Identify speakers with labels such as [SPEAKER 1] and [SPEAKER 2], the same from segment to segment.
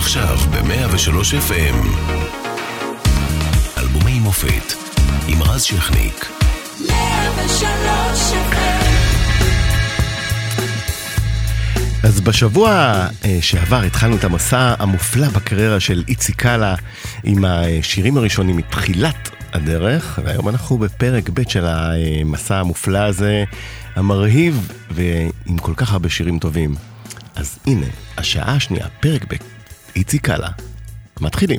[SPEAKER 1] עכשיו ב-103 FM. אלבומי מופת עם רז שכניק. 103 FM. אז בשבוע שעבר התחלנו את המסע המופלא בקריירה של איציק קאלה עם השירים הראשונים מתחילת הדרך, והיום אנחנו בפרק ב' של המסע המופלא הזה, המרהיב ועם כל כך הרבה שירים טובים. אז הנה, השעה השנייה, פרק ב', איציק קאלה. מתחילים.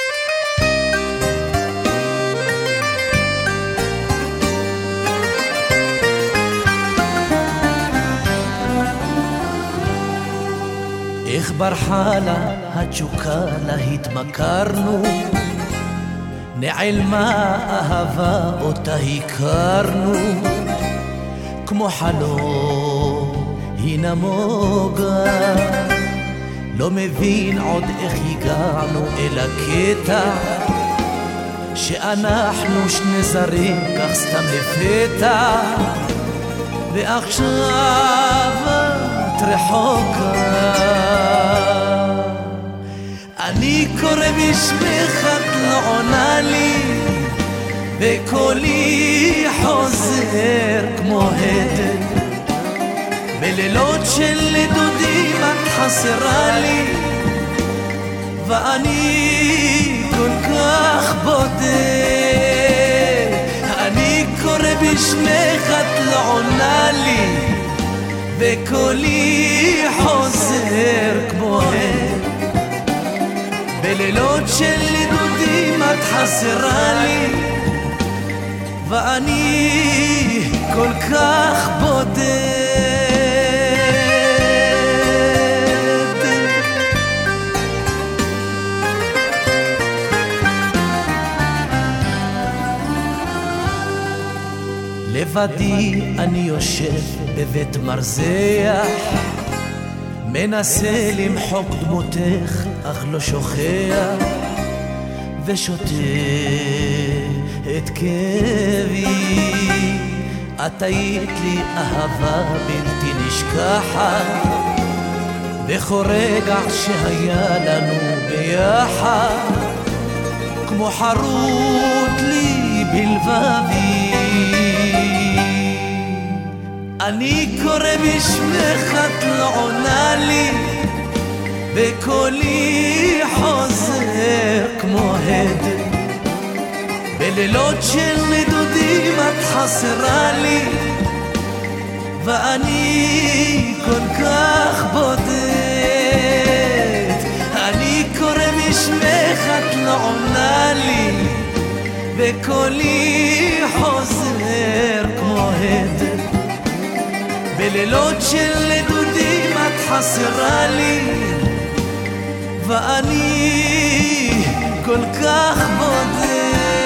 [SPEAKER 2] איך ברחה לה התשוקה לה התמכרנו, נעלמה אהבה אותה הכרנו, כמו חלום היא נמוגה, לא מבין עוד איך הגענו אל הקטע, שאנחנו שני זרים כך סתם לפתע, ועכשיו את רחוקה. אני קורא בשמך את לא עונה לי, וקולי חוזר כמו הדר, בלילות של נדודים את חסרה לי, ואני כל כך בודד. אני קורא בשמך את לא עונה לי, וקולי חוזר כמו הדר, בלילות של נדודים את חסרה לי, ואני כל כך בודד. 'לבדי אני יושב בבית מרזח, מנסה למחוק דמותך אך לא שוכח, ושותה את כאבי. את היית לי אהבה בלתי נשכחת, בכל רגע שהיה לנו ביחד, כמו חרוט לי בלבבי. אני קורא בשמך את לא עונה לי, וקולי חוזר כמו הדר, בלילות של נדודים את חסרה לי, ואני כל כך בודד. אני קורא בשמך את לא עונה לי, וקולי חוזר כמו הדר, בלילות של נדודים את חסרה לי, ואני כל כך בודד.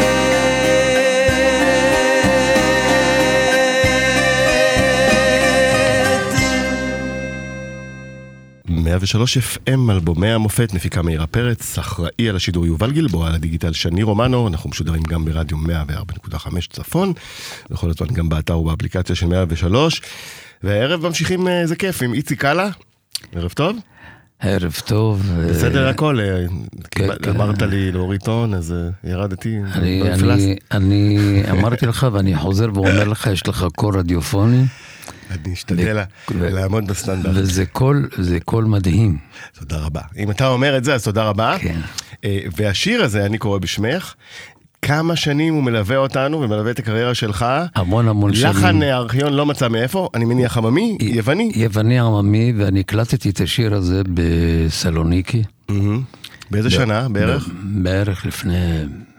[SPEAKER 1] 103 FM, אלבומי המופת, מפיקה מאירה פרץ, אחראי על השידור יובל גלבוע, על הדיגיטל שני רומנו. אנחנו משודרים גם ברדיו 104.5 צפון, בכל הזמן גם באתר ובאפליקציה של 103. והערב ממשיכים, זה כיף, עם איציק קאלה. ערב טוב.
[SPEAKER 3] ערב טוב.
[SPEAKER 1] בסדר הכל, אמרת לי להוריד טון, אז ירדתי.
[SPEAKER 3] אני אמרתי לך ואני חוזר ואומר לך, יש לך קול רדיופוני.
[SPEAKER 1] אני אשתדל לעמוד בסטנדרט.
[SPEAKER 3] וזה קול מדהים.
[SPEAKER 1] תודה רבה. אם אתה אומר את זה, אז תודה רבה.
[SPEAKER 3] כן.
[SPEAKER 1] והשיר הזה, אני קורא בשמך, כמה שנים הוא מלווה אותנו ומלווה את הקריירה שלך.
[SPEAKER 3] המון שנים.
[SPEAKER 1] לחן הארכיון לא מצא מאיפה, אני מניח עממי, יווני.
[SPEAKER 3] יווני עממי, ואני הקלטתי את השיר הזה בסלוניקי.
[SPEAKER 1] באיזה שנה בערך?
[SPEAKER 3] בערך לפני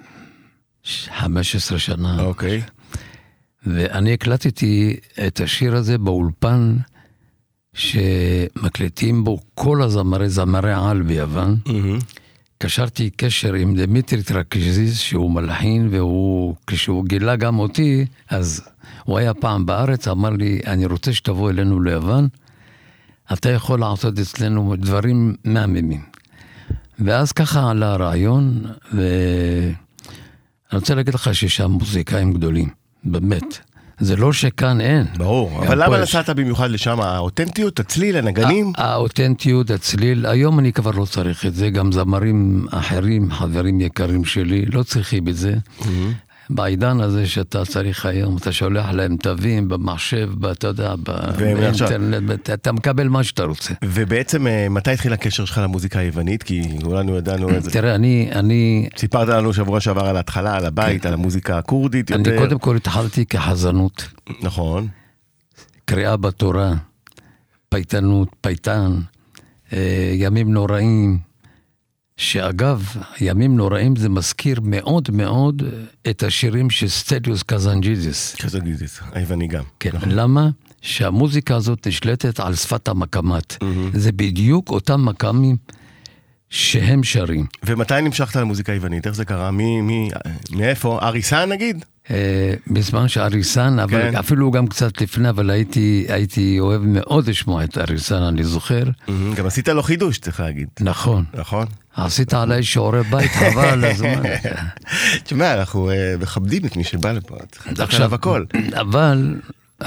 [SPEAKER 3] 15 שנה.
[SPEAKER 1] אוקיי.
[SPEAKER 3] ואני הקלטתי את השיר הזה באולפן שמקליטים בו כל זמרי על ביוון. קשרתי קשר עם דמיטרי טרקזיס שהוא מלחין, כשהוא גילה גם אותי, אז הוא היה פעם בארץ, אמר לי, אני רוצה שתבוא אלינו ליוון, אתה יכול לעשות אצלנו דברים מהממים. ואז ככה עלה הרעיון, ואני רוצה להגיד לך שיש שם מוזיקאים גדולים, באמת. זה לא שכאן אין.
[SPEAKER 1] ברור, אבל למה נסעת במיוחד לשם? האותנטיות, הצליל, הנגנים?
[SPEAKER 3] האותנטיות, הצליל, היום אני כבר לא צריך את זה, גם זמרים אחרים, חברים יקרים שלי, לא צריכים את זה. בעידן הזה שאתה צריך היום, אתה שולח להם תווים במחשב, אתה יודע, באינטרנט, אתה מקבל מה שאתה רוצה.
[SPEAKER 1] ובעצם, מתי התחיל הקשר שלך למוזיקה היוונית? כי כולנו ידענו את זה.
[SPEAKER 3] תראה, אני...
[SPEAKER 1] סיפרת לנו שבוע שעבר על ההתחלה, על הבית, על המוזיקה הקורדית.
[SPEAKER 3] אני קודם כל התחלתי כחזנות.
[SPEAKER 1] נכון.
[SPEAKER 3] קריאה בתורה, פייטנות, פייטן, ימים נוראים, שאגב, ימים נוראים זה מזכיר מאוד מאוד את השירים של סטליוס קזנג'יזיס.
[SPEAKER 1] קזנג'יזיס, היווני גם.
[SPEAKER 3] כן, נכון. למה? שהמוזיקה הזאת נשלטת על שפת המקמת. זה בדיוק אותם מקמים שהם שרים.
[SPEAKER 1] ומתי נמשכת למוזיקה היוונית? איך זה קרה? מאיפה? אריסן נגיד?
[SPEAKER 3] בזמן שאריסן, אבל אפילו גם קצת לפני, אבל הייתי אוהב מאוד לשמוע את אריסן, אני זוכר.
[SPEAKER 1] גם עשית לו חידוש, צריך להגיד.
[SPEAKER 3] נכון.
[SPEAKER 1] נכון.
[SPEAKER 3] עשית עליי שיעורי בית, חבל על הזמן.
[SPEAKER 1] תשמע, אנחנו מכבדים את מי שבא לפה, צריך עליו הכל.
[SPEAKER 3] אבל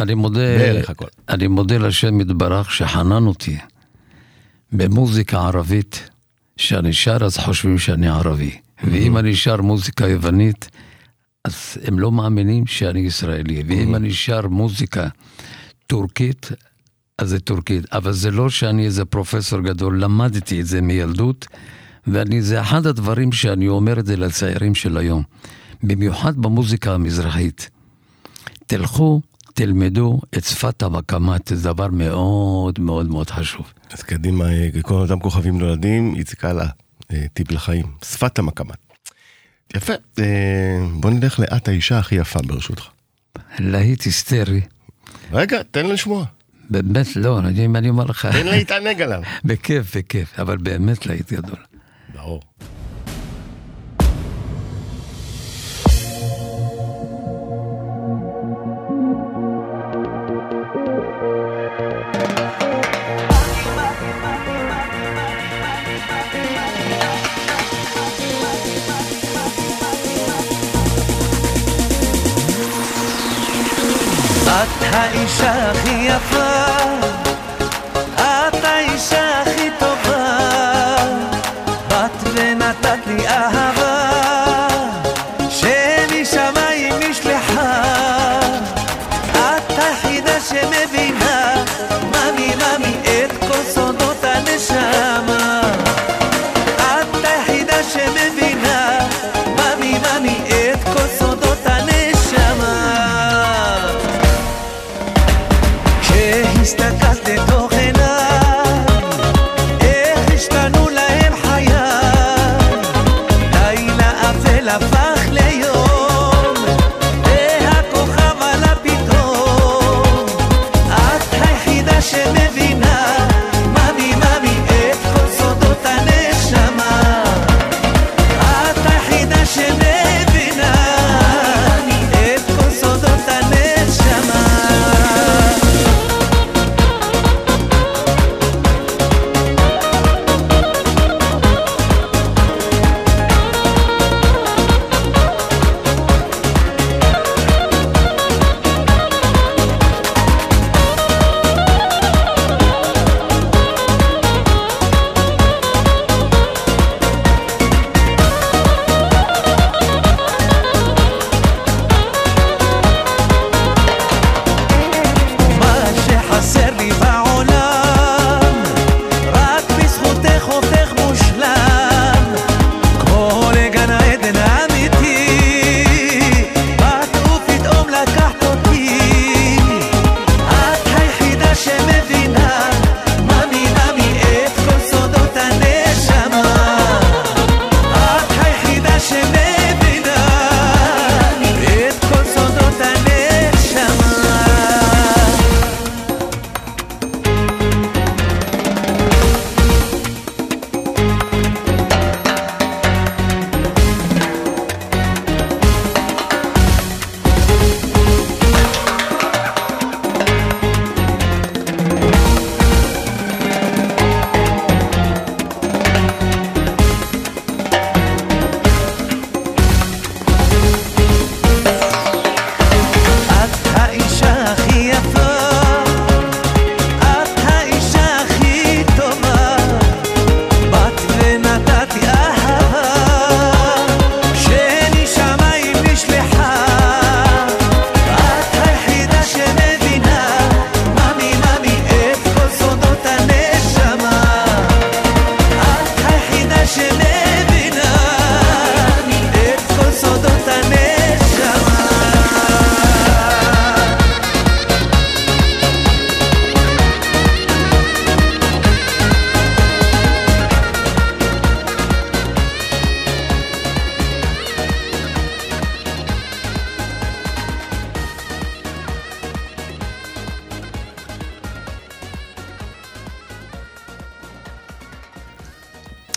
[SPEAKER 3] אני מודה לשם יתברך שחנן אותי במוזיקה ערבית, שאני שר אז חושבים שאני ערבי. ואם אני שר מוזיקה יוונית, אז הם לא מאמינים שאני ישראלי. ואם אני שר מוזיקה טורקית, אז זה טורקית. אבל זה לא שאני איזה פרופסור גדול, למדתי את זה מילדות, זה אחד הדברים שאני אומר את זה לצעירים של היום. במיוחד במוזיקה המזרחית. תלכו, תלמדו את שפת המקמת, זה דבר מאוד מאוד מאוד חשוב.
[SPEAKER 1] אז קדימה, כל אותם כוכבים נולדים, איציק קאלה, טיפ לחיים, שפת המקמת. יפה, בוא נלך לאט האישה הכי יפה ברשותך.
[SPEAKER 3] להיט היסטרי.
[SPEAKER 1] רגע, תן לשמוע.
[SPEAKER 3] באמת לא, אני אומר לך.
[SPEAKER 1] תן להתענג עליו.
[SPEAKER 3] בכיף, אבל באמת להיט גדול.
[SPEAKER 1] ברור.
[SPEAKER 2] את האישה הכי יפה, את האישה הכי טובה, באת ונתת לי אהבה שמשמיים נשלחה. את היחידה שמבינה ממי את כל סודות הנשמה. את היחידה שמבינה ממי את כל סודות הנשמה. הסתכלת לתוך עיניי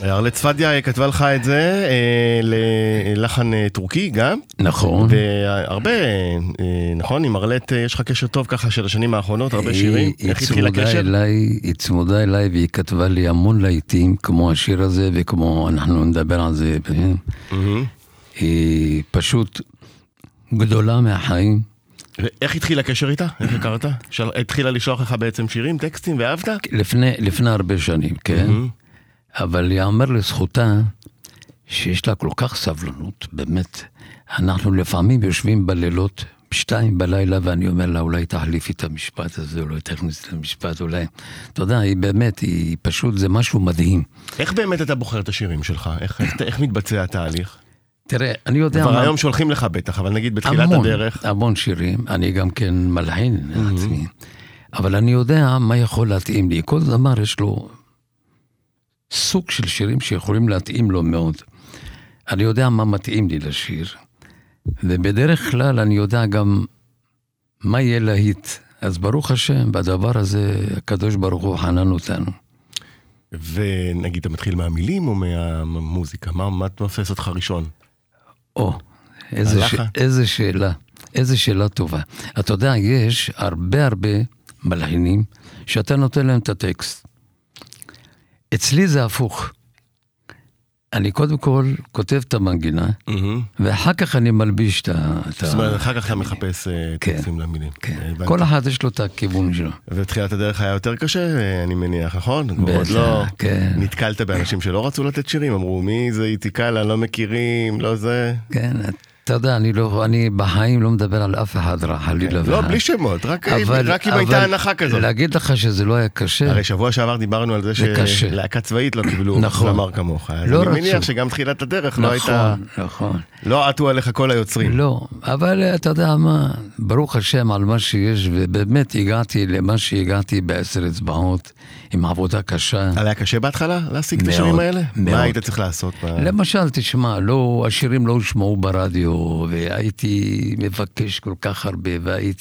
[SPEAKER 1] ארלט צפדיה כתבה לך את זה ללחן טורקי גם.
[SPEAKER 3] נכון.
[SPEAKER 1] והרבה, נכון, עם ארלט יש לך קשר טוב ככה של השנים האחרונות, הרבה שירים. איך התחיל הקשר?
[SPEAKER 3] היא צמודה אליי והיא כתבה לי המון להיטים, כמו השיר הזה וכמו אנחנו נדבר על זה. היא פשוט גדולה מהחיים.
[SPEAKER 1] ואיך התחיל הקשר איתה? איך הכרת? התחילה לשלוח לך בעצם שירים, טקסטים, ואהבת?
[SPEAKER 3] לפני הרבה שנים, כן. אבל יאמר לזכותה שיש לה כל כך סבלנות, באמת. אנחנו לפעמים יושבים בלילות, 2 בלילה, ואני אומר לה, אולי תחליפי את המשפט הזה, אולי תכניס את המשפט, אולי... אתה יודע, היא באמת, היא פשוט, זה משהו מדהים.
[SPEAKER 1] איך באמת אתה בוחר את השירים שלך? איך מתבצע התהליך?
[SPEAKER 3] תראה, אני יודע...
[SPEAKER 1] כבר היום שולחים לך בטח, אבל נגיד בתחילת הדרך...
[SPEAKER 3] המון שירים, אני גם כן מלחין לעצמי. אבל אני יודע מה יכול להתאים לי. כל זמר יש לו סוג של שירים שיכולים להתאים לו מאוד. אני יודע מה מתאים לי לשיר, ובדרך כלל אני יודע גם מה יהיה להיט. אז ברוך השם, בדבר הזה הקדוש ברוך הוא חנן אותנו.
[SPEAKER 1] ונגיד, אתה מתחיל מהמילים או מהמוזיקה? מה תופס אותך ראשון?
[SPEAKER 3] איזה שאלה טובה. אתה יודע, יש הרבה מלחינים שאתה נותן להם את הטקסט. אצלי זה הפוך. אני קודם כל כותב את המנגינה, ואחר כך אני מלביש את
[SPEAKER 1] זאת אומרת, אחר כך אתה מחפש טקסטים למילים.
[SPEAKER 3] כן, כל אחד יש לו את הכיוון שלו.
[SPEAKER 1] ובתחילת הדרך היה יותר קשה, אני מניח, נכון? עוד לא נתקלת באנשים שלא רצו לתת שירים, אמרו, מי זה איציקאלה, לא מכירים, לא זה.
[SPEAKER 3] כן, אתה יודע, אני בחיים לא מדבר על אף אחד רע, חלילה.
[SPEAKER 1] לא, בלי שמות, רק אם הייתה הנחה כזאת.
[SPEAKER 3] להגיד לך שזה לא היה קשה.
[SPEAKER 1] הרי שבוע שעבר דיברנו על זה שלהקה צבאית לא קיבלו זמר כמוך. אז אני מניח שגם תחילת הדרך לא הייתה... נכון. לא עטו עליך כל היוצרים.
[SPEAKER 3] לא, אבל אתה יודע מה, ברוך השם על מה שיש, ובאמת הגעתי למה שהגעתי ב10 אצבעות, עם עבודה קשה.
[SPEAKER 1] היה קשה בהתחלה להשיג את השירים האלה? מה היית צריך לעשות?
[SPEAKER 3] למשל, תשמע, השירים לא הושמעו ברדיו, והייתי מבקש כל כך הרבה,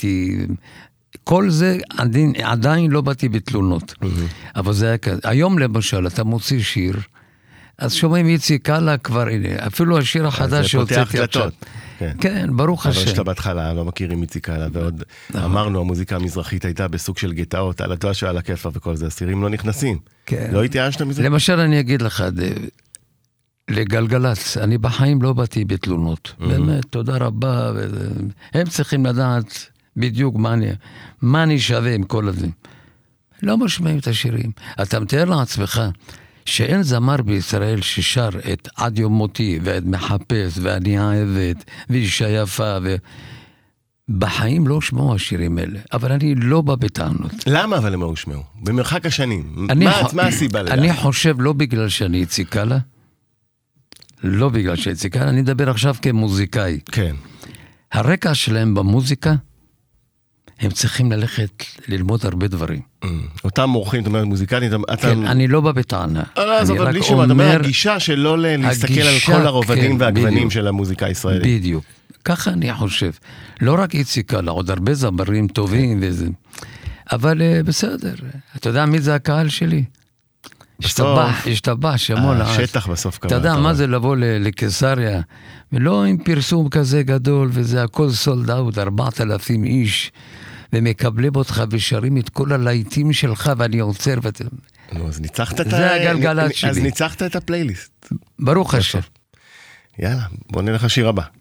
[SPEAKER 3] כל זה עדיין לא באתי בתלונות. אבל זה היה כזה. היום למשל, אתה מוציא שיר, אז שומעים איציקאלה כבר, אפילו השיר החדש שהוצאתי עכשיו. כן, ברוך השם.
[SPEAKER 1] אבל שאתה בהתחלה לא מכירים איציקאלה, ועוד אמרנו, המוזיקה המזרחית הייתה בסוג של גטאות, על הדוש ועל הכיפה וכל זה, הסירים לא נכנסים. לא התייאשת מזה?
[SPEAKER 3] למשל, אני אגיד לך, לגלגלץ, אני בחיים לא באתי בתלונות. באמת, תודה רבה. הם צריכים לדעת בדיוק מה אני שווה עם כל הזה. לא משמעים את השירים. אתה מתאר לעצמך שאין זמר בישראל ששר את עד יום מותי ואת מחפש ואני אוהבת ואישה יפה בחיים לא הושמעו השירים האלה, אבל אני לא בא בטענות.
[SPEAKER 1] למה אבל הם לא הושמעו? במרחק השנים. מה הסיבה לדעת?
[SPEAKER 3] אני חושב לא בגלל שאני איציקאלה, לא בגלל שאיציקאלה, אני מדבר עכשיו כמוזיקאי.
[SPEAKER 1] כן. הרקע
[SPEAKER 3] שלהם במוזיקה, הם צריכים ללכת ללמוד הרבה דברים.
[SPEAKER 1] אותם מורחים, זאת אומרת, מוזיקלית,
[SPEAKER 3] כן, אני לא בא בטענה.
[SPEAKER 1] אז אבל בלי שמה, אתה אומר, הגישה שלא להסתכל על כל הרובדים והגוונים של המוזיקה הישראלית.
[SPEAKER 3] בדיוק. ככה אני חושב. לא רק איציקאלה, עוד הרבה זמרים טובים וזה. אבל בסדר. אתה יודע מי זה הקהל שלי? השתבח, שמול
[SPEAKER 1] השטח בסוף קרה.
[SPEAKER 3] אתה יודע מה זה לבוא לקיסריה, ולא עם פרסום כזה גדול, וזה הכל סולד אאוט, 4,000 איש, ומקבלים אותך ושרים את כל הלהיטים שלך, ואני עוצר
[SPEAKER 1] אז ניצחת
[SPEAKER 3] זה הגלגלת שלי.
[SPEAKER 1] אז ניצחת את הפלייליסט.
[SPEAKER 3] ברוך השם.
[SPEAKER 1] יאללה, בוא נלך שיר הבא.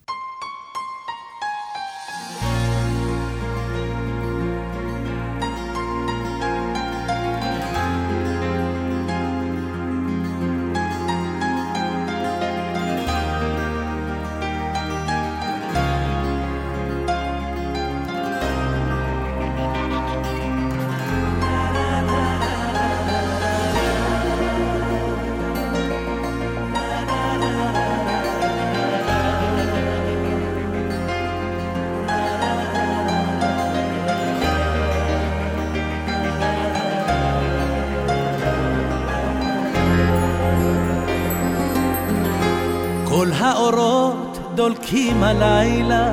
[SPEAKER 2] כל האורות דולקים הלילה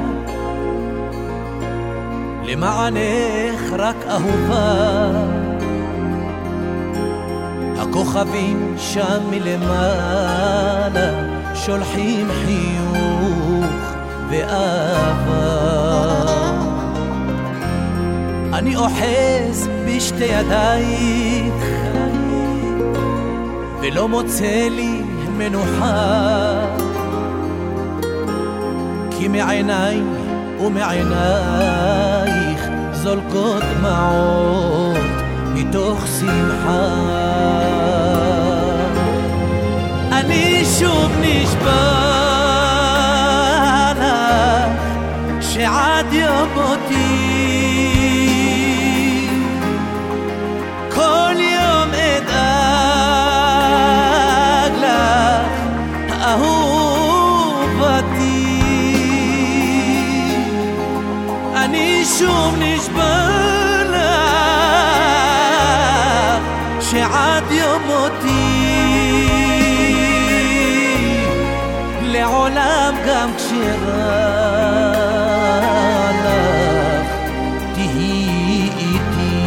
[SPEAKER 2] למענך רק אהובה כוכבים שם מלמעלה שולחים חיוך ואהבה. אני אוחז בשתי ידייך ולא מוצא לי מנוחה, כי מעיניי ומעינייך זולגות דמעות מתוך שמחה. אני שוב נשבע לך שעד יום מותי כל יום אדאג לך אהובתי. אני שוב נשבע לך שעד יום מותי לעולם גם כשרע לך תהי איתי.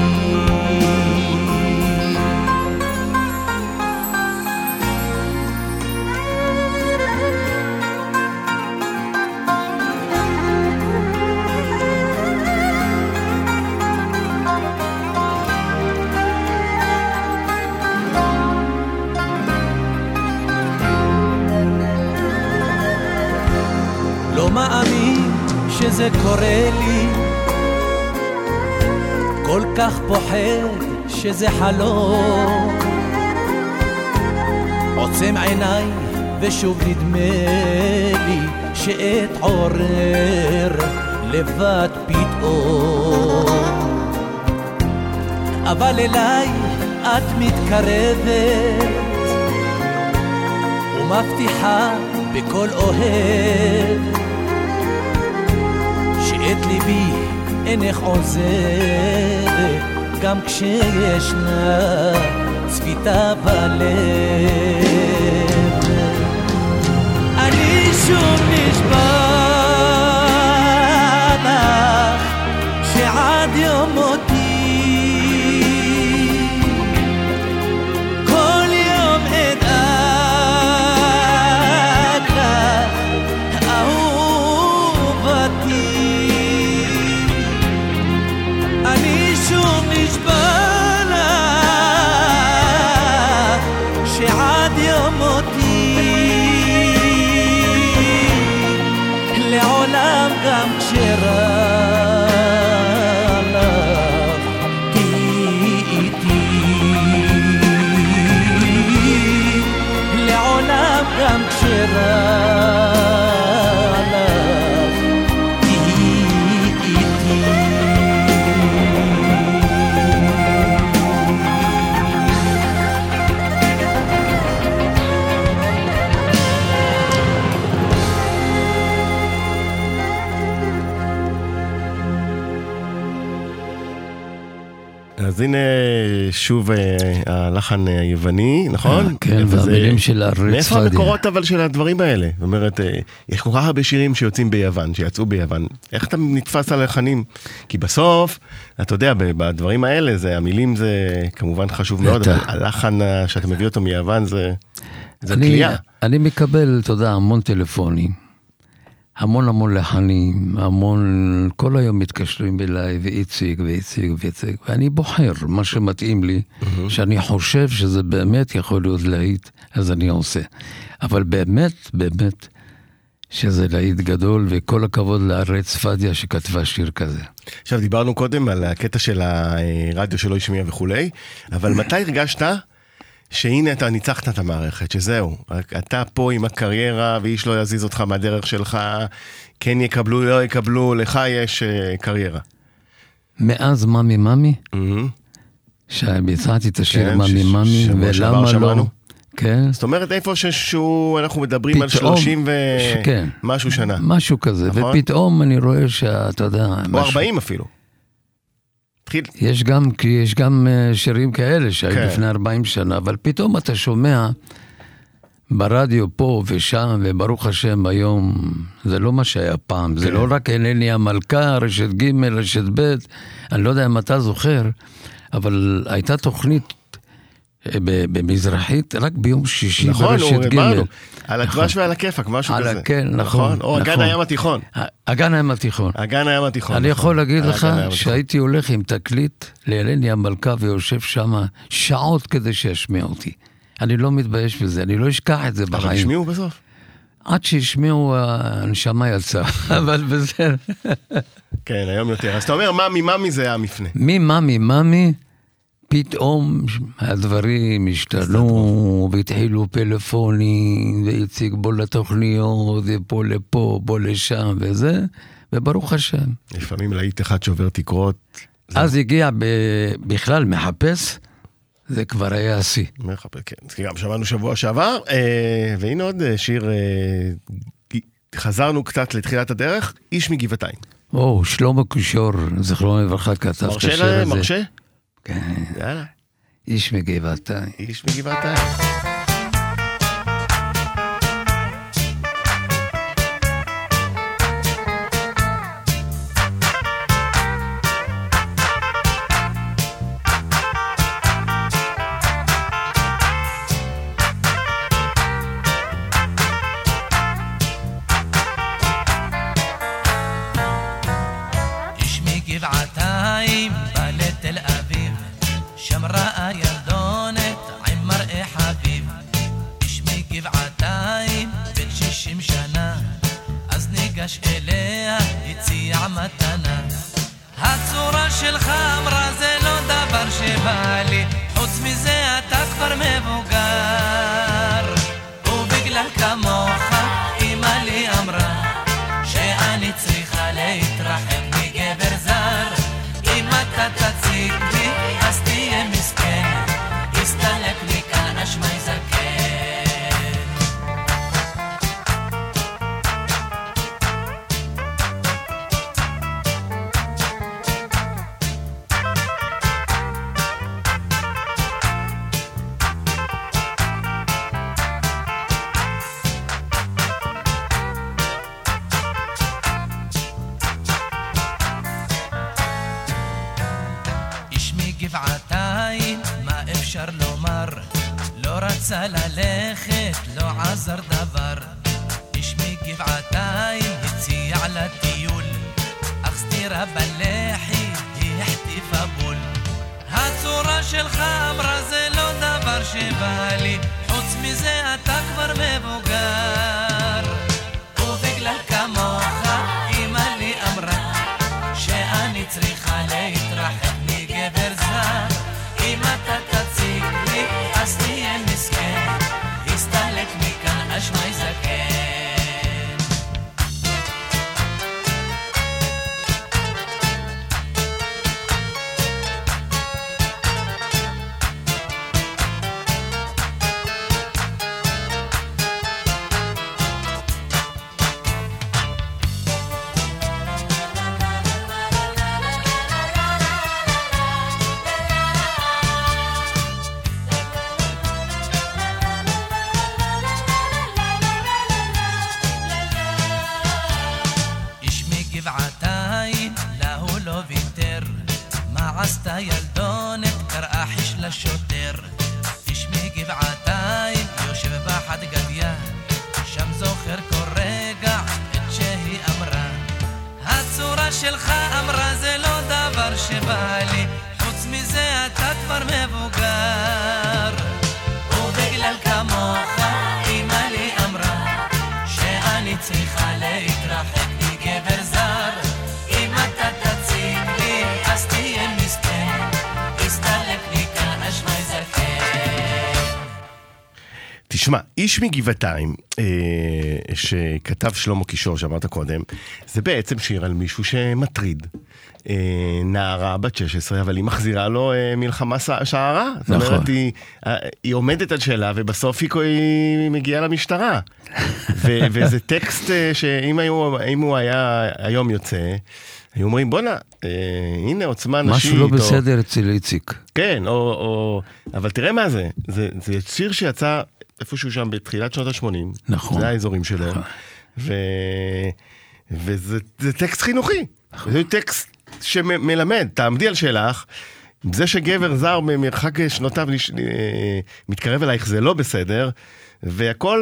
[SPEAKER 2] לא מאמין שזה קורה לי, כל כך פוחד שזה חלום. עוצם עיניי ושוב נדמה לי שאתעורר לבד פתאום. אבל אליי את מתקרבת ומבטיחה בכל אוהב שאת ליבי אינך עוזבת גם כשישנה צפיתה בלב. אני שוב נשבע לך שעד יום מותי כל יום אדאג לך אהובתי. אני שוב נשבע לך שעד יום מותי לעולם גם כשרע לך תהי איתי. לעולם גם כשרע לך תהי איתי.
[SPEAKER 1] אז הנה שוב הלחן היווני, נכון?
[SPEAKER 3] כן, והמילים של אריק צפדיה.
[SPEAKER 1] מאיפה המקורות אבל של הדברים האלה? זאת אומרת, יש כל כך הרבה שירים שיוצאים ביוון, שיצאו ביוון. איך אתה נתפס על הלחנים? כי בסוף, אתה יודע, בדברים האלה, המילים זה כמובן חשוב מאוד, אבל הלחן שאתה מביא אותו מיוון זה קליעה.
[SPEAKER 3] אני מקבל, אתה יודע, המון טלפונים. המון לחנים, כל היום מתקשרים אליי, ואיציק, ואני בוחר מה שמתאים לי, שאני חושב שזה באמת יכול להיות להיט, אז אני עושה. אבל באמת, שזה להיט גדול, וכל הכבוד לאריק צפדיה שכתבה שיר כזה.
[SPEAKER 1] עכשיו, דיברנו קודם על הקטע של הרדיו שלא ישמיע וכולי, אבל מתי הרגשת שהנה אתה ניצחת את המערכת, שזהו, אתה פה עם הקריירה ואיש לא יזיז אותך מהדרך שלך, כן יקבלו, לא יקבלו, לך יש קריירה.
[SPEAKER 3] מאז ממי, שביצעתי את השיר ממי, ולמה לא? כן.
[SPEAKER 1] זאת אומרת, איפה שאנחנו מדברים על 30 ומשהו שנה.
[SPEAKER 3] משהו כזה, ופתאום אני רואה שאתה יודע...
[SPEAKER 1] או 40 אפילו.
[SPEAKER 3] יש גם שירים כאלה שהיו לפני 40 שנה, אבל פתאום אתה שומע ברדיו פה ושם, וברוך השם היום, זה לא מה שהיה פעם, זה לא רק אינני המלכה, רשת ג' רשת ב', אני לא יודע אם אתה זוכר, אבל הייתה תוכנית במזרחית, רק ביום שישי
[SPEAKER 1] נכון,
[SPEAKER 3] ברשת ג'.
[SPEAKER 1] על הדבש ועל הכיפק, משהו כזה.
[SPEAKER 3] כן, נכון.
[SPEAKER 1] או אגן הים התיכון.
[SPEAKER 3] אגן הים התיכון.
[SPEAKER 1] אגן הים התיכון.
[SPEAKER 3] אני יכול להגיד לך שהייתי הולך עם תקליט להלני המלכה ויושב שם שעות כדי שישמיע אותי. אני לא מתבייש בזה, אני לא אשכח את זה בחיים.
[SPEAKER 1] אבל השמיעו בסוף?
[SPEAKER 3] עד שהשמיעו הנשמה יצאה, אבל בסדר.
[SPEAKER 1] כן, היום יותר. אז אתה אומר, ממי זה המפנה.
[SPEAKER 3] ממי, פתאום הדברים השתנו, והתחילו פלאפונים, והציג בו לתוכניות, ופה לפה, בוא לשם, וזה, וברוך השם.
[SPEAKER 1] לפעמים להיט אחד שעובר תקרות.
[SPEAKER 3] אז הגיע בכלל מחפש, זה כבר היה השיא.
[SPEAKER 1] מחפש, כן. גם שמענו שבוע שעבר, והנה עוד שיר, חזרנו קצת לתחילת הדרך, איש מגבעתיים.
[SPEAKER 3] שלמה קישור, זכרונו לברכה, כתב את השיר הזה.
[SPEAKER 1] מרשה?
[SPEAKER 3] כן.
[SPEAKER 1] יאללה.
[SPEAKER 3] איש מגבעתיים.
[SPEAKER 1] איש מגבעתיים.
[SPEAKER 2] גבעתיים, מה אפשר לומר? לא רצה ללכת, לא עזר דבר. איש מגבעתיים הציע לטיול, אך סתירה בלחי היא החטיפה בול. הצורה שלך אמרה זה לא דבר שבא לי, חוץ מזה אתה כבר מבוגר. ובגלל כמוך אמא לי אמרה שאני צריכה להתרחק מגבר זר. אם אתה תציג לי אז תהיה מסכן, הסתלק מכאן אשמי זקן. גבעתיים, לה הוא לא ויתר. מה עשתה ילדונת? קראה חיש לשוטר. איש מגבעתיים יושב בחד גדיה, שם זוכר כל רגע את שהיא אמרה. הצורה שלך אמרה זה לא דבר שבא לי, חוץ מזה אתה כבר מבוגר. ובגלל כמוך אמא לי אמרה שאני צריכה להתרחק מגבר זר. אם אתה תציג לי אז תהיה מסכן, הסתלק לי כאן אשמי זקן.
[SPEAKER 1] תשמע, איש מגבעתיים שכתב שלמה קישור שאמרת קודם, זה בעצם שיר על מישהו שמטריד נערה בת 16, אבל היא מחזירה לו מלחמה שערה. זאת אומרת, היא עומדת על שאלה ובסוף היא מגיעה למשטרה. וזה טקסט שאם הוא היה היום יוצא, היו אומרים, בונה, הנה עוצמה נשית.
[SPEAKER 3] משהו לא בסדר אצל איציק.
[SPEAKER 1] כן, אבל תראה מה זה. זה שיר שיצא איפשהו שם בתחילת שנות ה-80.
[SPEAKER 3] נכון.
[SPEAKER 1] זה האזורים שלו. וזה טקסט חינוכי. זה טקסט שמלמד, תעמדי על שלך, זה שגבר זר ממרחק שנותיו מתקרב אלייך זה לא בסדר, והכל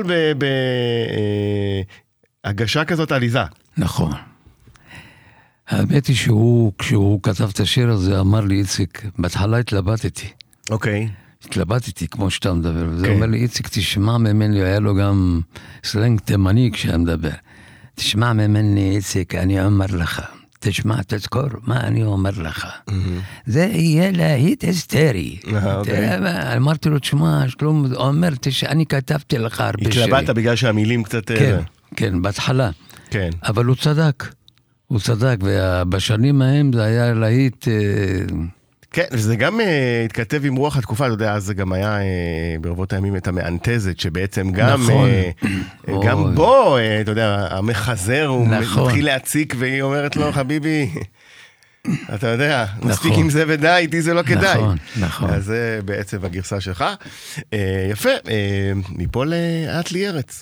[SPEAKER 1] בהגשה כזאת עליזה.
[SPEAKER 3] נכון. האמת היא כשהוא כתב את השיר הזה, אמר לי, איציק, בהתחלה התלבטתי.
[SPEAKER 1] אוקיי.
[SPEAKER 3] התלבטתי כמו שאתה מדבר, וזה אומר לי, איציק, תשמע ממני, היה לו גם סלנג תימני כשהיה מדבר. תשמע ממני, איציק, אני אומר לך. תשמע, תזכור מה אני אומר לך. זה יהיה להיט היסטרי. אמרתי לו, תשמע, שלום, אומר, אני כתבתי לך הרבה שירים.
[SPEAKER 1] התלבטת בגלל שהמילים קצת...
[SPEAKER 3] כן, בהתחלה.
[SPEAKER 1] כן.
[SPEAKER 3] אבל הוא צדק. הוא צדק, ובשנים ההם זה היה להיט...
[SPEAKER 1] כן, וזה גם התכתב עם רוח התקופה, אתה יודע, אז זה גם היה ברבות הימים את המאנטזת, שבעצם גם, גם בו, אתה יודע, המחזר, הוא מתחיל להציק, והיא אומרת לו, חביבי, אתה יודע, מספיק עם זה ודי, איתי זה לא כדאי.
[SPEAKER 3] נכון.
[SPEAKER 1] אז זה בעצם הגרסה שלך. יפה, מפה לאט לי ארץ.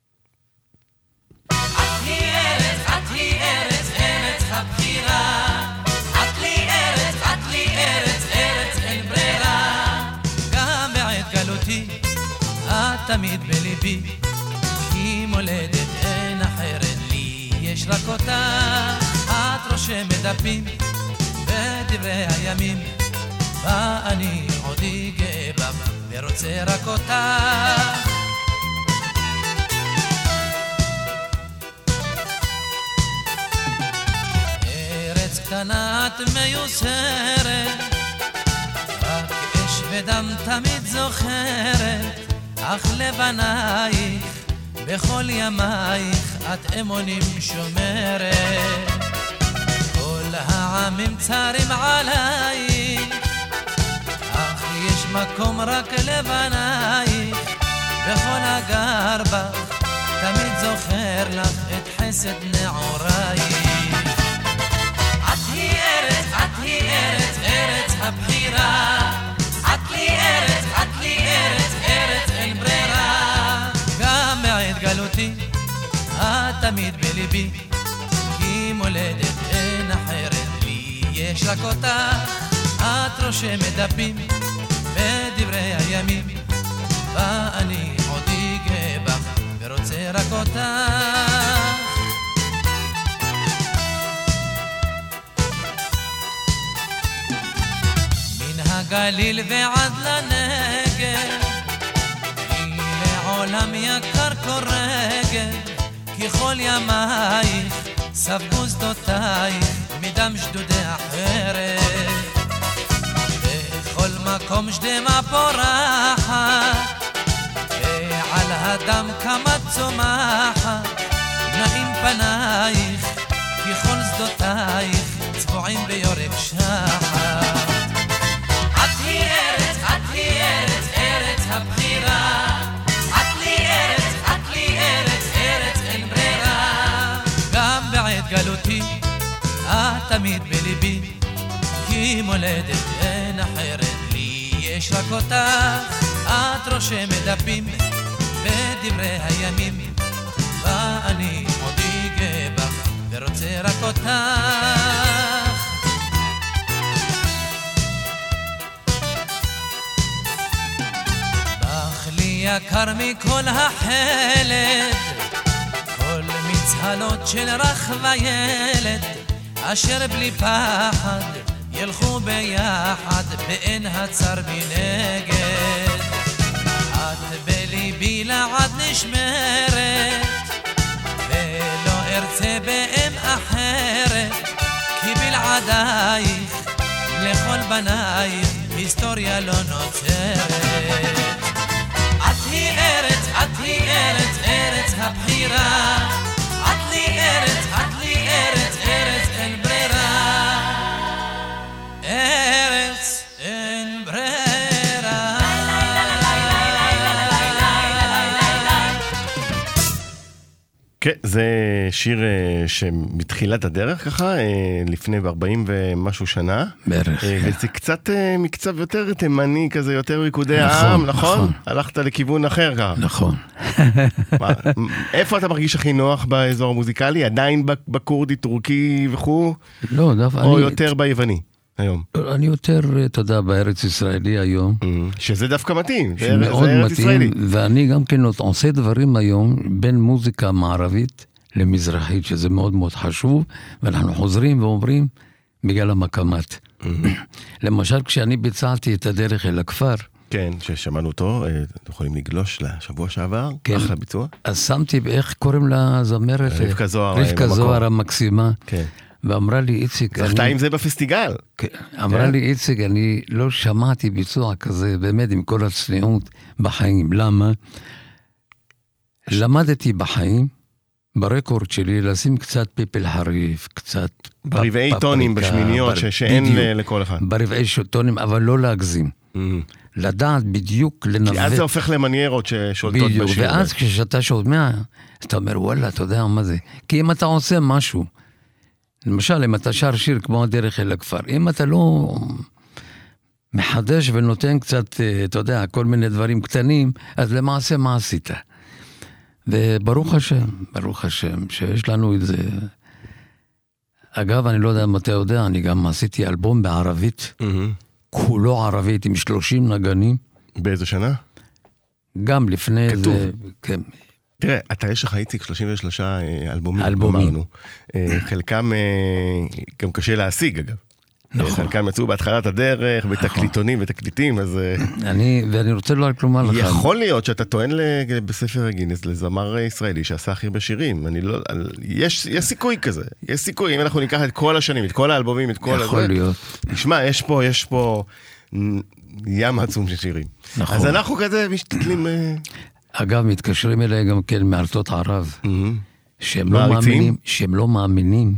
[SPEAKER 2] תמיד בליבי, כי מולדת אין אחרת לי, יש רק אותה, את רושמת דפים בדברי הימים, ואני עודי גאה בה ורוצה רק אותה. ארץ קטנה את מיוסרת, רק אש ודם תמיד זוכרת, אך לבנייך, בכל ימייך, את אמונים שומרת. כל העמים צרים עלייך, אך יש מקום רק לבנייך, בכל הגר בך, תמיד זוכר לך את חסד נעורייך. את היא ארץ, את היא ארץ, ארץ הבחירה, את לי ארץ, את לי ארץ, ארץ אין ברירה. גם בעת גלותי, את תמיד בליבי, כי מולדת אין אחרת לי, יש רק אותך, את רושמת דפים בדברי הימים, ואני עודי גאה בך ורוצה רק אותך. הגליל ועד לנגב, היא לעולם יקר כל רגל, כי כל ימייך ספגו שדותייך מדם שדודי החרב. בכל מקום שדמה פורחת, ועל הדם כמה צומחת, נעים פנייך, כי כל שדותייך צבועים ביורק שחת. את לי ארץ, ארץ הבחירה, את לי ארץ, את לי ארץ, ארץ אין ברירה. גם בעת גלותי, את תמיד בליבי, כי מולדת אין אחרת לי, יש רק אותך, את רושמת דפים בדברי הימים, ואני עודי גאה בך ורוצה רק אותך. יקר מכל החלד, כל מצהלות של רך וילד, אשר בלי פחד ילכו ביחד, באין הצר מנגד. את בליבי לעד נשמרת, ולא ארצה באם אחרת, כי בלעדייך לכל בנייך היסטוריה לא נוצרת. את לי ארץ, את לי ארץ, ארץ הבחירה, את לי ארץ, את לי ארץ, ארץ אין ברירה, ארץ אין ברירה.
[SPEAKER 1] כן, זה שיר שמתחילת הדרך ככה, לפני 40 ומשהו שנה.
[SPEAKER 3] בערך.
[SPEAKER 1] וזה קצת מקצב יותר תימני כזה, יותר ריקודי העם, נכון? הלכת לכיוון אחר ככה.
[SPEAKER 3] נכון.
[SPEAKER 1] איפה אתה מרגיש הכי נוח באזור המוזיקלי? עדיין בקורדי, טורקי וכו'?
[SPEAKER 3] לא, דווקא
[SPEAKER 1] או יותר ביווני? היום?
[SPEAKER 3] אני יותר, אתה יודע, בארץ ישראלי היום.
[SPEAKER 1] שזה דווקא מתאים, זה
[SPEAKER 3] מאוד
[SPEAKER 1] ארץ ישראלי.
[SPEAKER 3] מתאים, ואני גם כן עושה דברים היום בין מוזיקה מערבית למזרחית, שזה מאוד מאוד חשוב, ואנחנו חוזרים ואומרים בגלל המקמת. למשל, כשאני ביצעתי את הדרך אל הכפר,
[SPEAKER 1] כן, ששמענו אותו, אתם יכולים לגלוש לשבוע שעבר,
[SPEAKER 3] כן.
[SPEAKER 1] אחלה ביצוע.
[SPEAKER 3] אז שמתי, איך קוראים לה זמרת?
[SPEAKER 1] רבקה זוהר.
[SPEAKER 3] רבקה זוהר המקסימה.
[SPEAKER 1] כן.
[SPEAKER 3] ואמרה לי, איציק,
[SPEAKER 1] זכתה עם זה בפסטיגל.
[SPEAKER 3] אמרה לי, איציק, אני לא שמעתי ביצוע כזה, באמת עם כל הצניעות בחיים. למה? למדתי בחיים, ברקורד שלי, לשים קצת פיפל חריף, קצת
[SPEAKER 1] ברבעי טונים, בשמיניות, שאין לכל אחד.
[SPEAKER 3] ברבעי טונים, אבל לא להגזים. לדעת בדיוק לנווט.
[SPEAKER 1] כי אז זה הופך למניירות ששולטות בשיר.
[SPEAKER 3] בדיוק, ואז כשאתה שומע, אתה אומר, וואלה, אתה יודע מה זה. כי אם אתה עושה משהו, למשל, אם אתה שר שיר כמו הדרך אל הכפר, אם אתה לא מחדש ונותן קצת, אתה יודע, כל מיני דברים קטנים, אז למעשה מה עשית? וברוך השם, שיש לנו את זה. אגב, אני לא יודע אם אתה יודע, אני גם עשיתי אלבום בערבית, כולו ערבית עם 30 נגנים.
[SPEAKER 1] באיזו שנה?
[SPEAKER 3] גם לפני
[SPEAKER 1] כתוב.
[SPEAKER 3] זה, כן.
[SPEAKER 1] תראה, אתה יש לך איציק 33 אלבומים.
[SPEAKER 3] אלבומים.
[SPEAKER 1] חלקם גם קשה להשיג, אגב.
[SPEAKER 3] נכון.
[SPEAKER 1] חלקם יצאו בהתחלת הדרך, בתקליטונים ותקליטים, אז...
[SPEAKER 3] ואני רוצה לומר לך...
[SPEAKER 1] יכול להיות שאתה טוען בספר הגינס לזמר ישראלי שעשה הכי בשירים. יש סיכוי כזה. יש סיכוי, אם אנחנו ניקח את כל השנים, את כל האלבומים, את כל...
[SPEAKER 3] יכול להיות.
[SPEAKER 1] תשמע, יש פה ים עצום של שירים.
[SPEAKER 3] נכון.
[SPEAKER 1] אז אנחנו כזה משתתלים...
[SPEAKER 3] אגב, מתקשרים אליי גם כן מארצות ערב, שהם לא מאמינים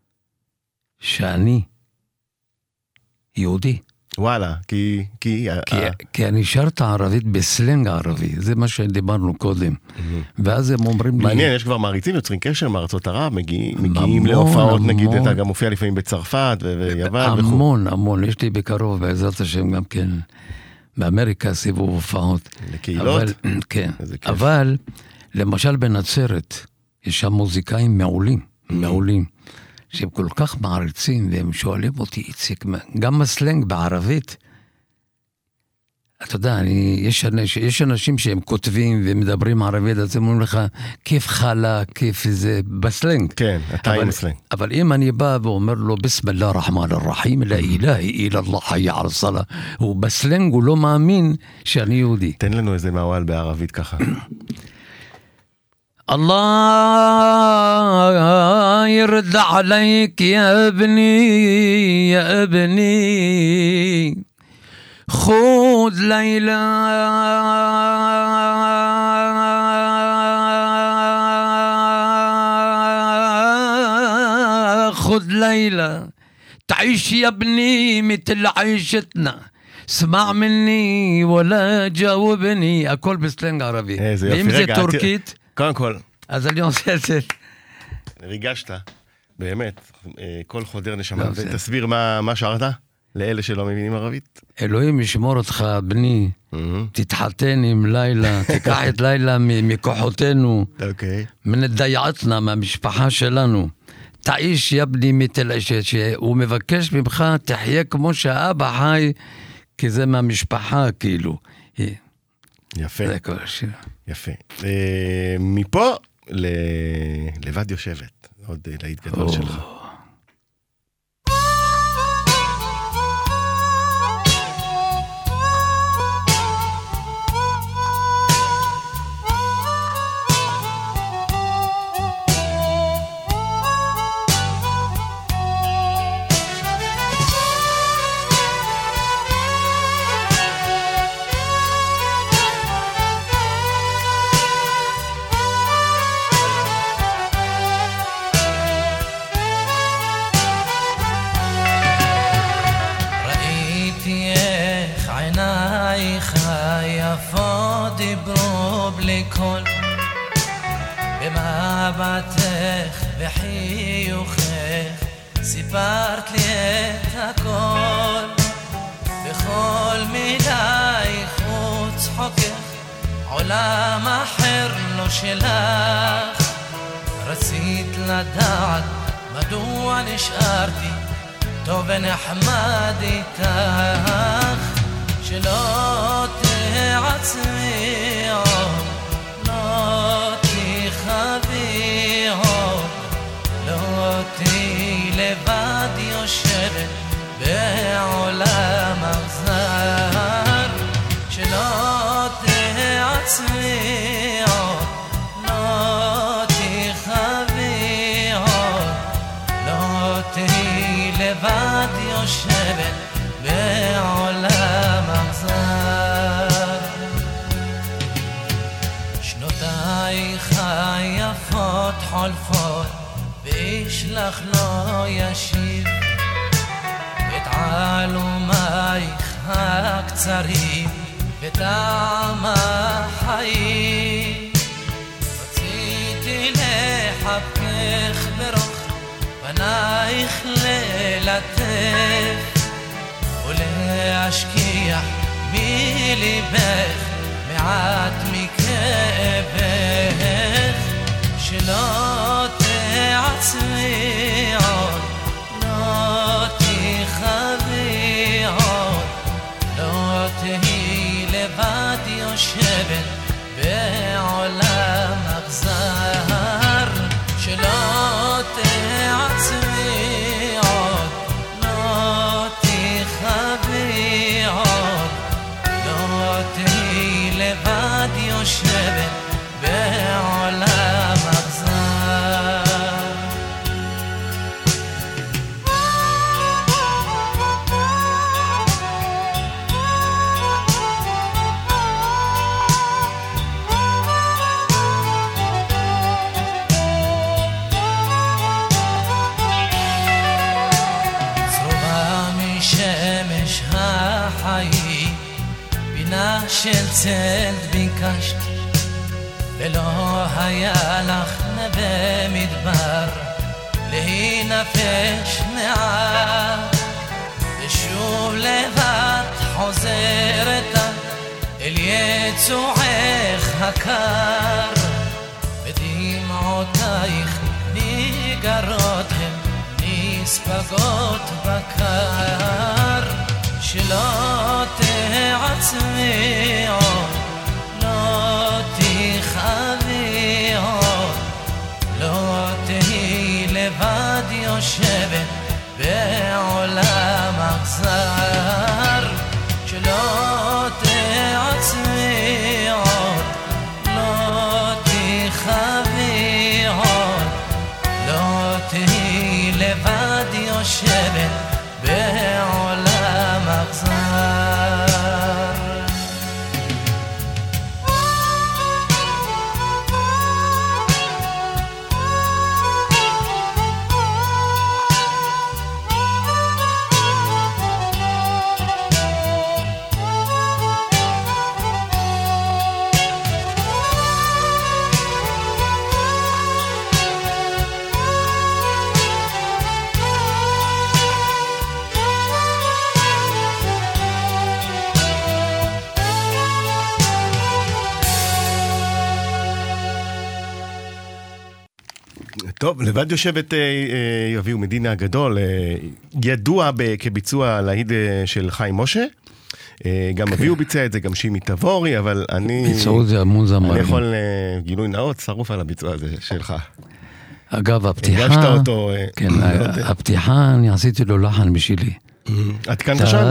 [SPEAKER 3] שאני יהודי.
[SPEAKER 1] וואלה,
[SPEAKER 3] כי אני שרת ערבית בסלנג ערבי, זה מה שדיברנו קודם. ואז הם אומרים לי...
[SPEAKER 1] מעניין, יש כבר מעריצים, יוצרים קשר מארצות ערב, מגיעים להופעות, נגיד, אתה גם מופיע לפעמים בצרפת ויוון וכו'.
[SPEAKER 3] המון, יש לי בקרוב, בעזרת השם גם כן, באמריקה סיבוב הופעות.
[SPEAKER 1] לקהילות?
[SPEAKER 3] כן, אבל למשל בנצרת, יש שם מוזיקאים מעולים, שהם כל כך מעריצים, והם שואלים אותי, איציק, גם הסלנג בערבית, אתה יודע, יש אנשים שהם כותבים ומדברים ערבית, אז הם אומרים לך, כיף חלה, כיף זה, בסלנג.
[SPEAKER 1] כן, אתה עם הסלנג.
[SPEAKER 3] אבל אם אני בא ואומר לו, בסם אללה רחמן הרחים, לא אלהי אלא אללה חיה על סלה, הוא בסלנג, הוא לא מאמין שאני יהודי.
[SPEAKER 1] תן לנו איזה מעוול בערבית ככה.
[SPEAKER 3] الله يرد عليك يا ابني خذ ليلى خذ ليلى تعيش يا ابني مثل عيشتنا اسمع مني ولا جاوبني הכל בסלנג ערבי. ואם זה טורקית
[SPEAKER 1] קודם כל,
[SPEAKER 3] אז אני עושה את זה.
[SPEAKER 1] ריגשת, באמת, כל חודר נשמה. ותסביר מה שרת לאלה שלא מבינים ערבית.
[SPEAKER 3] אלוהים ישמור אותך, בני, תתחתן עם לילה, תיקח את לילה מכוחותינו, מנדייעתנה, מהמשפחה שלנו. תעיש יבני מתל הוא מבקש ממך, תחיה כמו שהאבא חי, כי זה מהמשפחה, כאילו.
[SPEAKER 1] יפה.
[SPEAKER 3] זה כל השיר.
[SPEAKER 1] יפה. מפה לבד יושבת, עוד להיט גדול שלך.
[SPEAKER 2] במבטך וחיוכך סיפרת לי את הכל בכל מילייך וצחוקך עולם אחר לא שלך רצית לדעת מדוע נשארתי טוב ונחמד איתך, שלא תעצמי עוד, לא תחבי עוד, לא תהי לבד יושבת בעולם אכזר, שלא תעצמי עוד, לא תחבי עוד, לא תהי לבד יושבת בעולם אכזר. שנותייך היפות חולפות ואיש לך לא ישיב, ותעלומייך הקצרים וטעם החיים, רציתי לחבקך ברוך פנייך ללטף, ולהשכיח מליבך מעט מכאבך, שלא תעצמי עוד, לא תחבי עוד, לא תהי לבד יושבת בעולם אכזר, שלא תעצמי עוד, לא תחבי עוד, לא תהי לבד יושבת בעולם אכזר. בינה של צל ביקשת, ולא היה לך נווה מדבר להינפש מעט, ושוב לבד חוזרת אל יצועך הקר, ודמעותייך ניגרות הן נספגות בקר, שלא תעצמי עוד, לא תחבי עוד, לא תהי לבד יושבת בעולם אכזר, שלא תעצמי עוד, לא תחבי עוד, לא תהי לבד יושבת בעולם אכזר.
[SPEAKER 1] טוב, לבד יושבת יביאו מדינה הגדול, ידוע כביצוע להיד של חיים משה, גם אביהו ביצע את זה, גם שימי תבורי, אבל אני...
[SPEAKER 3] ביצעו זה המון זמרים.
[SPEAKER 1] אני יכול גילוי נאות, שרוף על הביצוע הזה שלך.
[SPEAKER 3] אגב, הפתיחה...
[SPEAKER 1] הגשת אותו...
[SPEAKER 3] כן, הפתיחה, אני עשיתי לו לחן בשבילי.
[SPEAKER 1] את כאן שם?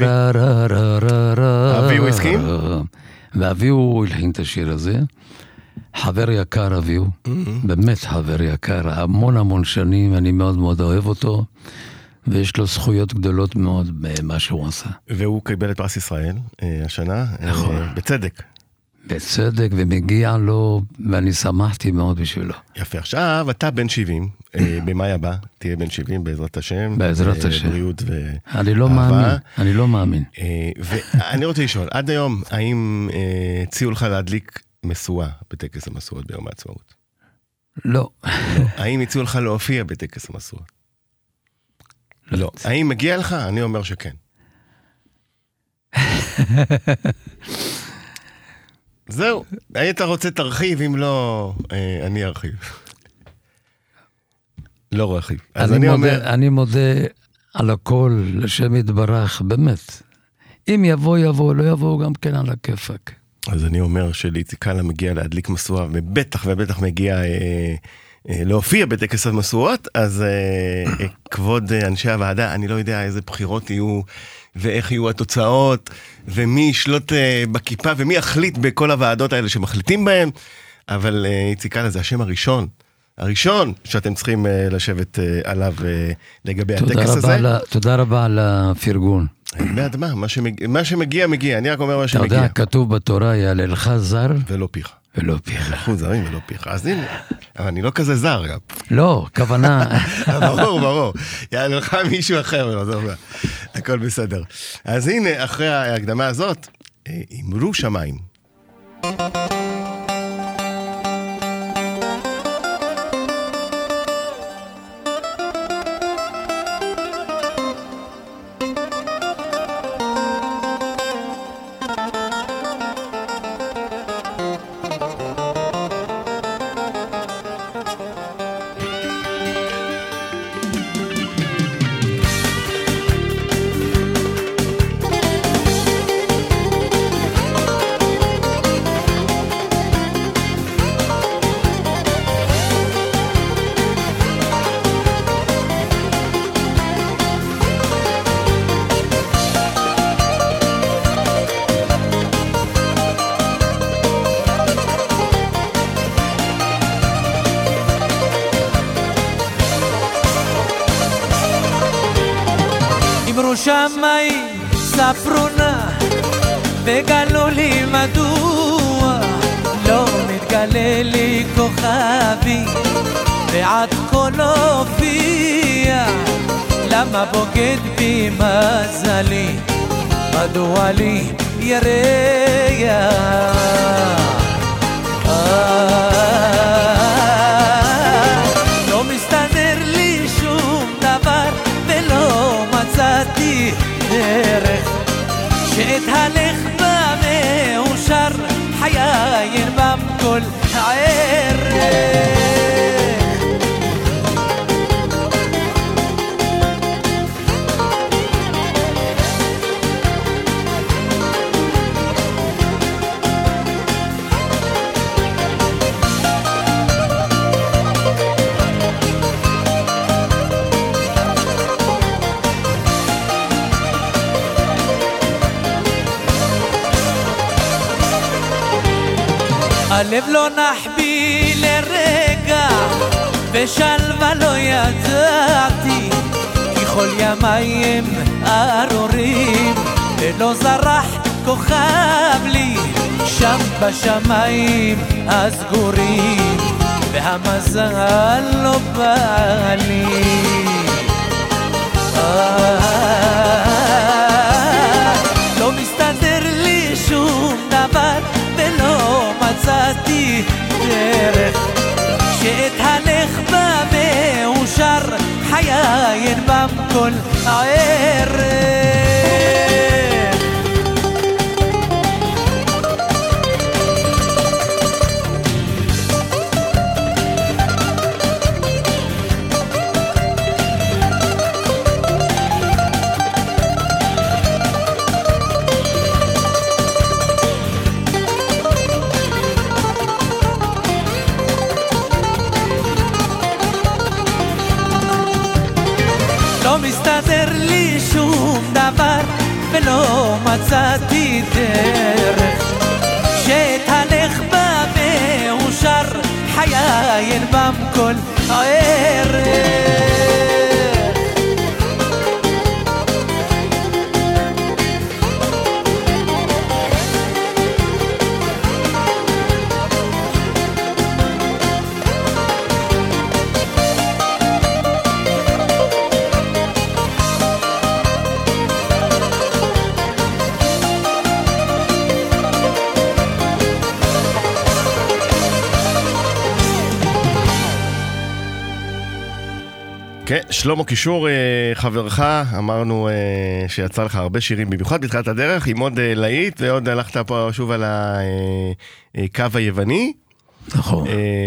[SPEAKER 1] ואביהו הסכים?
[SPEAKER 3] ואביהו הלחין את השיר הזה. חבר יקר אביהו, באמת חבר יקר, המון שנים, אני מאוד מאוד אוהב אותו, ויש לו זכויות גדולות מאוד במה שהוא עשה.
[SPEAKER 1] והוא קיבל את פרס ישראל השנה, בצדק.
[SPEAKER 3] בצדק, ומגיע לו, ואני שמחתי מאוד בשבילו.
[SPEAKER 1] יפה, עכשיו אתה בן 70, במאי הבא, תהיה בן 70 בעזרת השם.
[SPEAKER 3] בעזרת השם.
[SPEAKER 1] בריאות ואהבה.
[SPEAKER 3] אני לא מאמין.
[SPEAKER 1] ואני רוצה לשאול, עד היום, האם הציעו לך להדליק משואה בטקס המשואות ביום העצמאות?
[SPEAKER 3] לא.
[SPEAKER 1] האם הציעו לך להופיע בטקס המשואות? לא. האם מגיע לך? אני אומר שכן. זהו, היית רוצה תרחיב, אם לא, אני ארחיב. לא רחיב. אז אני אומר...
[SPEAKER 3] אני מודה, על הכל, לשם יתברך, באמת. אם יבוא, יבוא, לא יבוא, גם כן על הכיפק.
[SPEAKER 1] אז אני אומר שלאיציק קאלה מגיע להדליק משואה, ובטח מגיע להופיע בטקס המשואות, אז כבוד אנשי הוועדה, אני לא יודע איזה בחירות יהיו, ואיך יהיו התוצאות, ומי ישלוט בכיפה, ומי יחליט בכל הוועדות האלה שמחליטים בהם, אבל איציק קאלה זה השם הראשון שאתם צריכים לשבת עליו לגבי הטקס הזה.
[SPEAKER 3] תודה רבה על הפרגון.
[SPEAKER 1] בעד מה שמגיע, מגיע. אני רק אומר מה שמגיע.
[SPEAKER 3] אתה יודע, כתוב בתורה, יעלה לך זר.
[SPEAKER 1] ולא פיך.
[SPEAKER 3] ולא פיך.
[SPEAKER 1] אנחנו זרים ולא פיך. אז הנה, אבל אני לא כזה זר גם.
[SPEAKER 3] לא, כוונה.
[SPEAKER 1] ברור. יעלה לך מישהו אחר, הכל בסדר. אז הנה, אחרי ההקדמה הזאת, אמרו שמיים.
[SPEAKER 2] שמיים ספרו נא וגלו לי מדוע לא מתגלה לי כוכבי ועד כה לא הופיע למה בוגד בי מזלי מדוע לי ירח לא מסתדר לי שום דבר ולא מצאתי דרך שאתהלך בה מאושר חיי בם כל הערך הלב לא נח בי לרגע ושלווה לא ידעתי כי כל ימיים ארורים ולא זרח כוכב לי שם בשמיים הסגורים והמזל לא בא לי לא מסתדר לי שום דבר ולא מצאתי דרך שאתהלך בה מאושר חיי בם כל הערך לא מסתדר לי שום דבר ולא מצאתי דרך שאתהלך בה מאושר חיי בם כל הערך
[SPEAKER 1] כן, שלמה קישור, חברך, אמרנו שיצא לך הרבה שירים, במיוחד בתחילת הדרך, עם עוד להיט, ועוד הלכת פה שוב על הקו היווני.
[SPEAKER 3] נכון.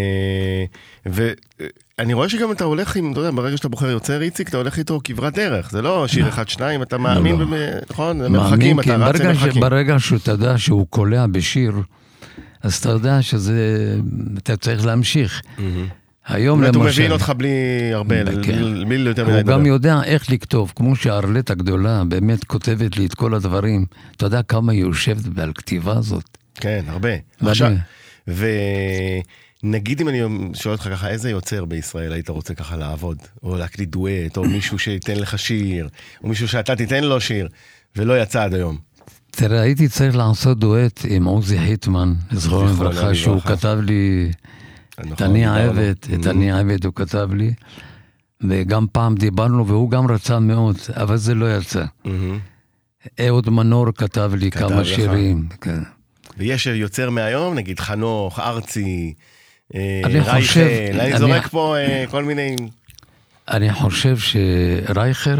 [SPEAKER 1] ואני רואה שגם אתה הולך עם, אתה יודע, ברגע שאתה בוחר יוצר איציק, אתה הולך איתו כברת דרך, זה לא שיר אחד, שניים, אתה מאמין, נכון? מרחקים, אתה רץ למרחקים.
[SPEAKER 3] ברגע שאתה יודע שהוא קולע בשיר, אז אתה יודע שזה, אתה צריך להמשיך. היום למשל...
[SPEAKER 1] הוא מבין אותך בלי הרבה, בלי יותר מדי
[SPEAKER 3] דבר. הוא גם יודע איך לכתוב, כמו שהארלט הגדולה באמת כותבת לי את כל הדברים. אתה יודע כמה היא יושבת על כתיבה הזאת?
[SPEAKER 1] כן, הרבה. עכשיו, ונגיד אם אני שואל אותך ככה, איזה יוצר בישראל היית רוצה ככה לעבוד? או להקליט דואט, או מישהו שייתן לך שיר, או מישהו שאתה תיתן לו שיר, ולא יצא עד היום.
[SPEAKER 3] תראה, הייתי צריך לעשות דואט עם עוזי חיטמן, זכרון לברכה, שהוא כתב לי... את אני עבד הוא כתב לי, וגם פעם דיברנו והוא גם רצה מאוד, אבל זה לא יצא. אהוד מנור כתב לי כמה שירים.
[SPEAKER 1] ויש יוצר מהיום, נגיד חנוך, ארצי, רייכל, אני זורק פה כל מיני...
[SPEAKER 3] אני חושב שרייכל,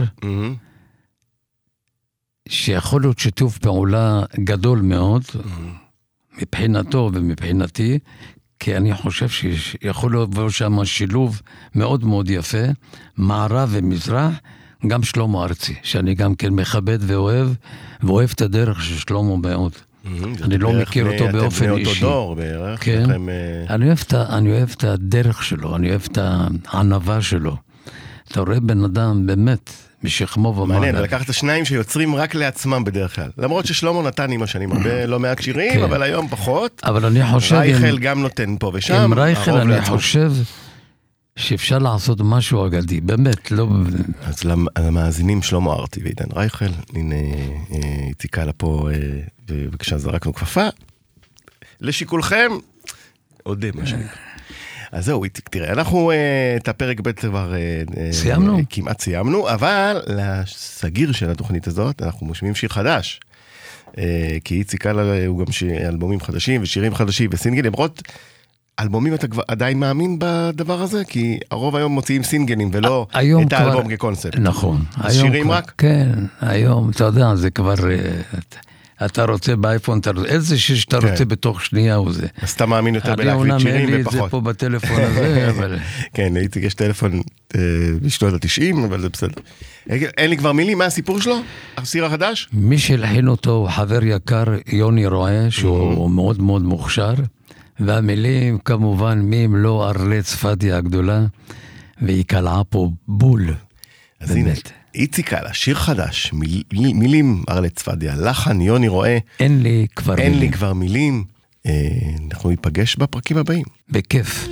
[SPEAKER 3] שיכול להיות שיתוף פעולה גדול מאוד, מבחינתו ומבחינתי, כי אני חושב שיכול להיות שם שילוב מאוד מאוד יפה, מערב ומזרח, גם שלמה ארצי, שאני גם כן מכבד ואוהב את הדרך של שלמה מאוד. אני לא מכיר אותו באופן אישי.
[SPEAKER 1] אתם בני אותו דור בערך.
[SPEAKER 3] כן, אני אוהב את הדרך שלו, אני אוהב את הענווה שלו. אתה רואה בן אדם באמת משכמו ומעלה.
[SPEAKER 1] מעניין, לקחת שניים שיוצרים רק לעצמם בדרך כלל. למרות ששלמה נתן עם השנים הרבה לא מעט שירים, אבל היום פחות.
[SPEAKER 3] אבל אני חושב...
[SPEAKER 1] רייכל גם נותן פה ושם.
[SPEAKER 3] עם רייכל אני חושב שאפשר לעשות משהו אגדי, באמת, לא...
[SPEAKER 1] אז למאזינים שלמה ארצי ועידן רייכל, הנה איציק קאלה פה, בבקשה זרקנו כפפה. לשיקולכם, עוד מה שנקרא. אז זהו, איציק, תראה, אנחנו את הפרק ב' כבר
[SPEAKER 3] סיימנו?
[SPEAKER 1] כמעט סיימנו, אבל לסגיר של התוכנית הזאת, אנחנו משמיעים שיר חדש. כי איציק קאלה הוא גם אלבומים חדשים ושירים חדשים וסינגלים, למרות אלבומים אתה עדיין מאמין בדבר הזה? כי הרוב היום מוציאים סינגלים ולא את האלבום כקונספט.
[SPEAKER 3] נכון.
[SPEAKER 1] שירים רק?
[SPEAKER 3] כן, היום, אתה יודע, זה כבר... אתה רוצה באייפון, איזה שיר שאתה רוצה בתוך שנייה הוא זה.
[SPEAKER 1] אז אתה מאמין יותר בלהקליט שירים ופחות.
[SPEAKER 3] אני אומנם אין לי את זה פה בטלפון הזה, אבל...
[SPEAKER 1] כן, לאיציק יש טלפון בשנות ה-90, אבל זה בסדר. אין לי כבר מילים, מה הסיפור שלו? השיר החדש?
[SPEAKER 3] מי שהלחין אותו הוא חבר יקר, יוני רועה, שהוא מאוד מאוד מוכשר, והמילים כמובן מי אם לא ארלט צפדיה הגדולה, והיא קלעה פה בול.
[SPEAKER 1] אז הנה. איציק קאלה, שיר חדש, מילים ארלט צפדיה, לחן יוני רואה.
[SPEAKER 3] אין לי כבר
[SPEAKER 1] מילים. אנחנו ניפגש בפרקים הבאים.
[SPEAKER 3] בכיף.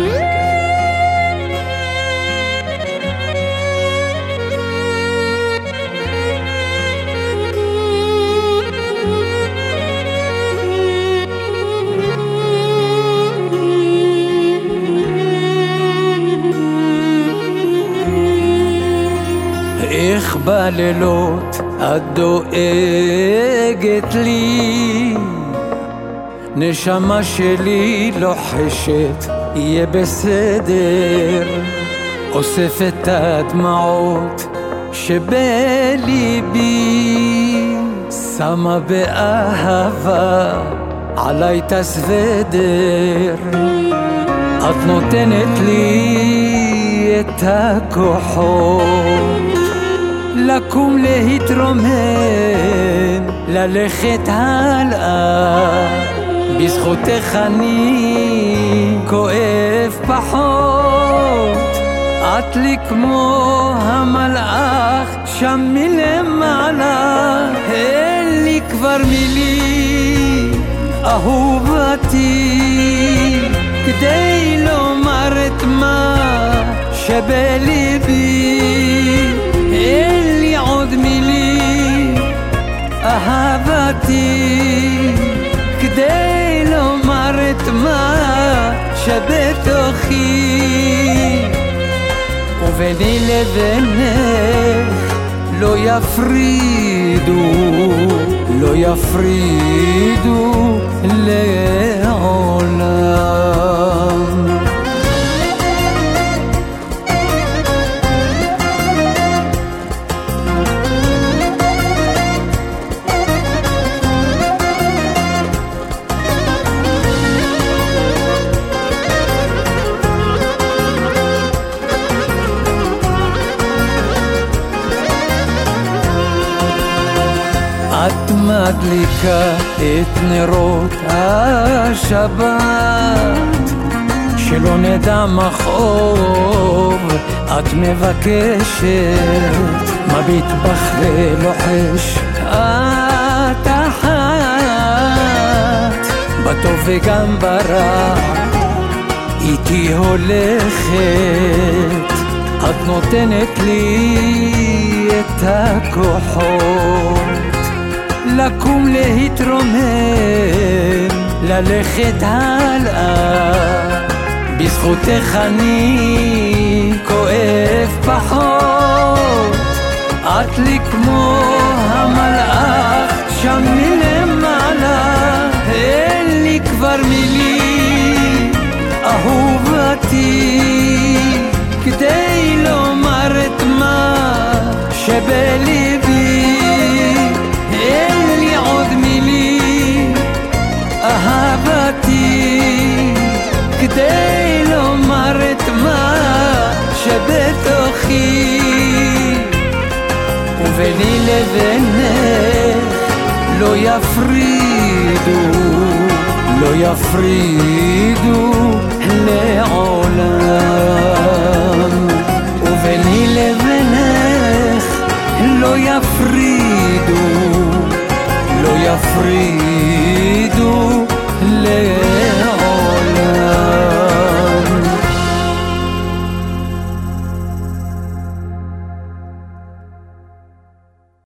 [SPEAKER 4] איך בלילות את דואגת לי, נשמה שלי לוחשת יהיה בסדר, אוספת הדמעות שבליבי, שמה באהבה עליי תסוודר, את נותנת לי את הכוחות לקום להתרומם, ללכת הלאה, בזכותך אני כואב פחות, את לי כמו המלאך שם מלמעלה, אין לי כבר מילים אהובתי כדי לומר את מה שבליבי, אין לי עוד מילים אהבתי כדי לומר את מה שבתוכי, וביני לבינך לא יפרידו לעולם. מדליקה את נרות השבת, שלא נדע מכאוב את מבקשת, מביט בך ולוחש את אחת, בטוב וגם ברע איתי הולכת, את נותנת לי את הכוחות לקום להתרומם, ללכת הלאה, בזכותך אני כואב פחות, את לי כמו המלאך שם מלמעלה, אין לי כבר מילים אהובתי כדי לומר את מה שבליבי, אין לי עוד מילים אהבתי כדי לומר את מה שבתוכי, וביני לבינך לא יפרידו, לא יפרידו לעולם, וביני לבינך לא יפרידו, לא יפרידו לעולם.